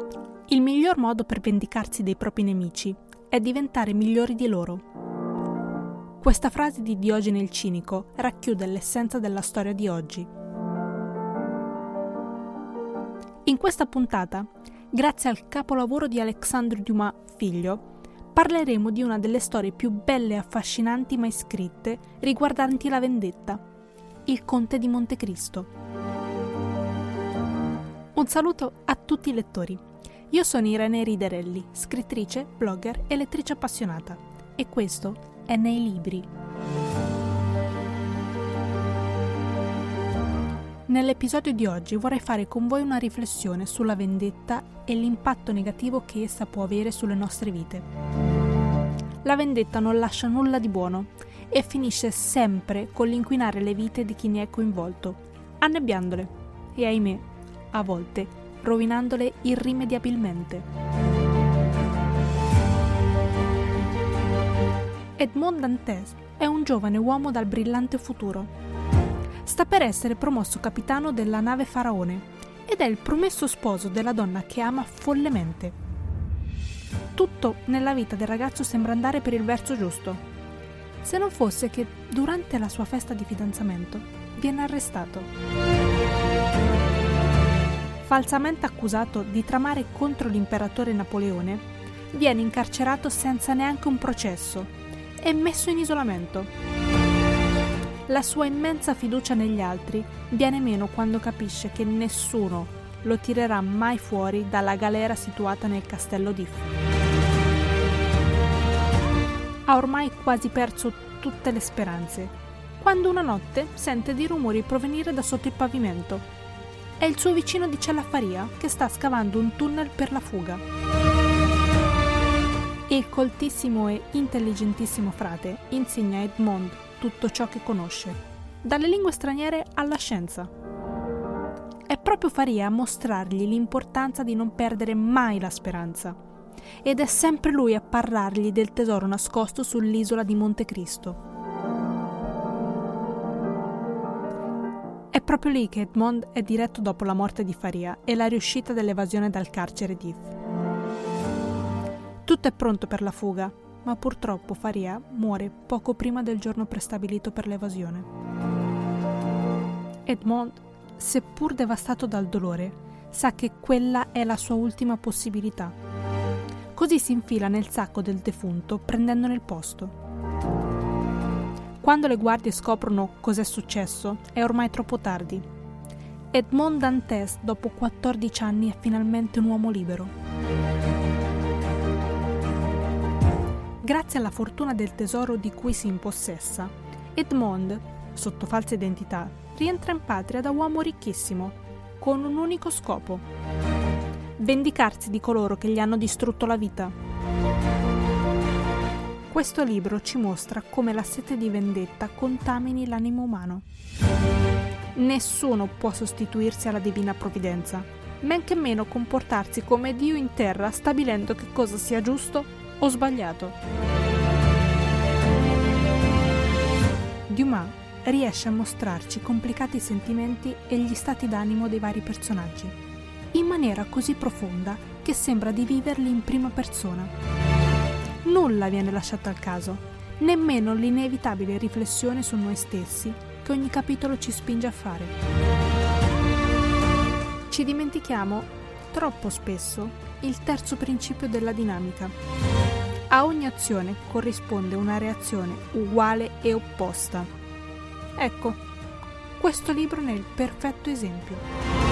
Il miglior modo per vendicarsi dei propri nemici è diventare migliori di loro. Questa frase di Diogene il Cinico racchiude l'essenza della storia di oggi. In questa puntata, grazie al capolavoro di Alexandre Dumas figlio, parleremo di una delle storie più belle e affascinanti mai scritte riguardanti la vendetta, Il Conte di Montecristo. Un saluto a tutti i lettori. Io sono Irene Riderelli, scrittrice, blogger e lettrice appassionata, e questo è Nei Libri. Nell'episodio di oggi vorrei fare con voi una riflessione sulla vendetta e l'impatto negativo che essa può avere sulle nostre vite. La vendetta non lascia nulla di buono e finisce sempre con l'inquinare le vite di chi ne è coinvolto, annebbiandole e, ahimè, a volte rovinandole irrimediabilmente. Edmond Dantès è un giovane uomo dal brillante futuro. Sta per essere promosso capitano della nave Faraone ed è il promesso sposo della donna che ama follemente. Tutto nella vita del ragazzo sembra andare per il verso giusto, se non fosse che durante la sua festa di fidanzamento viene arrestato. Falsamente accusato di tramare contro l'imperatore Napoleone, viene incarcerato senza neanche un processo e messo in isolamento. La sua immensa fiducia negli altri viene meno quando capisce che nessuno lo tirerà mai fuori dalla galera situata nel castello d'If. Ha ormai quasi perso tutte le speranze, quando una notte sente dei rumori provenire da sotto il pavimento. È il suo vicino di cella Faria che sta scavando un tunnel per la fuga. Il coltissimo e intelligentissimo frate insegna a Edmond tutto ciò che conosce, dalle lingue straniere alla scienza. È proprio Faria a mostrargli l'importanza di non perdere mai la speranza, ed è sempre lui a parlargli del tesoro nascosto sull'isola di Montecristo. È proprio lì che Edmond è diretto dopo la morte di Faria e la riuscita dell'evasione dal carcere d'If. Tutto è pronto per la fuga, ma purtroppo Faria muore poco prima del giorno prestabilito per l'evasione. Edmond, seppur devastato dal dolore, sa che quella è la sua ultima possibilità. Così si infila nel sacco del defunto, prendendone il posto. Quando le guardie scoprono cos'è successo, è ormai troppo tardi. Edmond Dantès, dopo 14 anni, è finalmente un uomo libero. Grazie alla fortuna del tesoro di cui si impossessa, Edmond, sotto falsa identità, rientra in patria da uomo ricchissimo, con un unico scopo: vendicarsi di coloro che gli hanno distrutto la vita. Questo libro ci mostra come la sete di vendetta contamini l'animo umano. Nessuno può sostituirsi alla divina provvidenza, men che meno comportarsi come Dio in terra, stabilendo che cosa sia giusto o sbagliato. Dumas riesce a mostrarci complicati sentimenti e gli stati d'animo dei vari personaggi, in maniera così profonda che sembra di viverli in prima persona. Nulla viene lasciato al caso, nemmeno l'inevitabile riflessione su noi stessi che ogni capitolo ci spinge a fare. Ci dimentichiamo, troppo spesso, il terzo principio della dinamica. A ogni azione corrisponde una reazione uguale e opposta. Ecco, questo libro ne è il perfetto esempio.